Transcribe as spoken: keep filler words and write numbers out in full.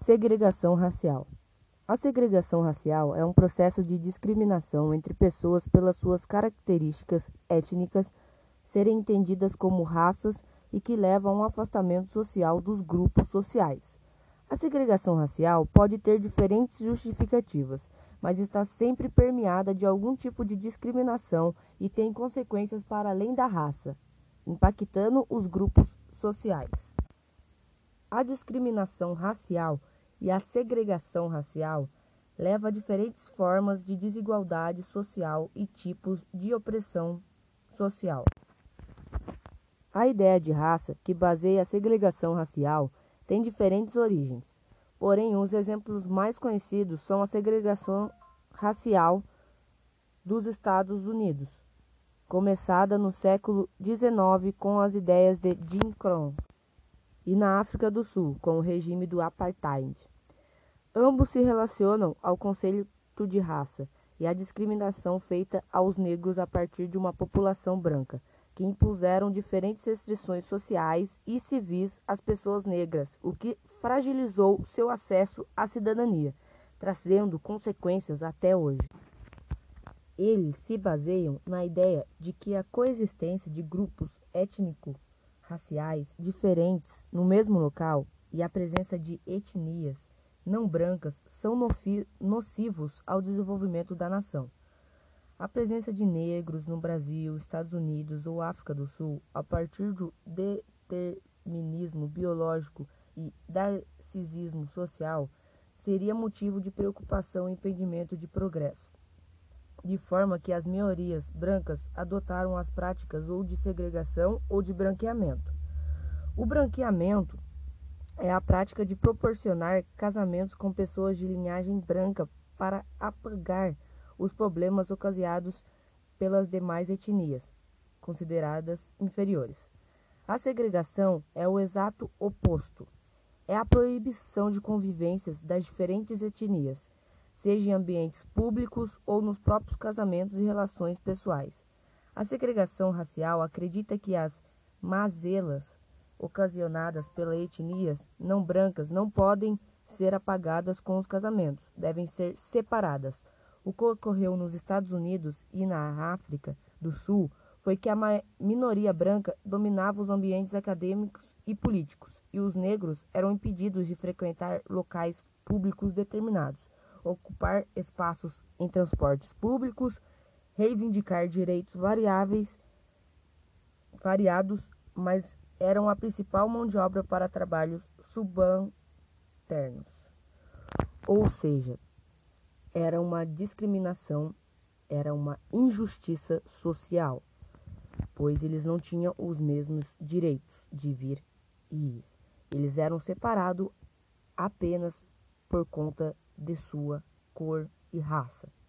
Segregação racial. A segregação racial é um processo de discriminação entre pessoas pelas suas características étnicas serem entendidas como raças e que leva a um afastamento social dos grupos sociais. A segregação racial pode ter diferentes justificativas, mas está sempre permeada de algum tipo de discriminação e tem consequências para além da raça, impactando os grupos sociais. A discriminação racial e a segregação racial leva a diferentes formas de desigualdade social e tipos de opressão social. A ideia de raça, que baseia a segregação racial, tem diferentes origens, porém os exemplos mais conhecidos são a segregação racial dos Estados Unidos, começada no século dezenove com as ideias de Jim Crow, e na África do Sul, com o regime do Apartheid. Ambos se relacionam ao conceito de raça e à discriminação feita aos negros a partir de uma população branca, que impuseram diferentes restrições sociais e civis às pessoas negras, o que fragilizou seu acesso à cidadania, trazendo consequências até hoje. Eles se baseiam na ideia de que a coexistência de grupos étnico-raciais diferentes no mesmo local e a presença de etnias não brancas são nocivos ao desenvolvimento da nação. A presença de negros no Brasil, Estados Unidos ou África do Sul, a partir do determinismo biológico e narcisismo social, seria motivo de preocupação e impedimento de progresso, de forma que as minorias brancas adotaram as práticas ou de segregação ou de branqueamento. O branqueamento é a prática de proporcionar casamentos com pessoas de linhagem branca para apagar os problemas ocasionados pelas demais etnias, consideradas inferiores. A segregação é o exato oposto. É a proibição de convivências das diferentes etnias, seja em ambientes públicos ou nos próprios casamentos e relações pessoais. A segregação racial acredita que as mazelas ocasionadas pelas etnias não brancas não podem ser apagadas com os casamentos, devem ser separadas. O que ocorreu nos Estados Unidos e na África do Sul foi que a minoria branca dominava os ambientes acadêmicos e políticos, e os negros eram impedidos de frequentar locais públicos determinados, ocupar espaços em transportes públicos, reivindicar direitos variáveis, variados, mas eram a principal mão de obra para trabalhos subalternos. Ou seja, era uma discriminação, era uma injustiça social, pois eles não tinham os mesmos direitos de vir e ir. Eles eram separados apenas por conta de sua cor e raça.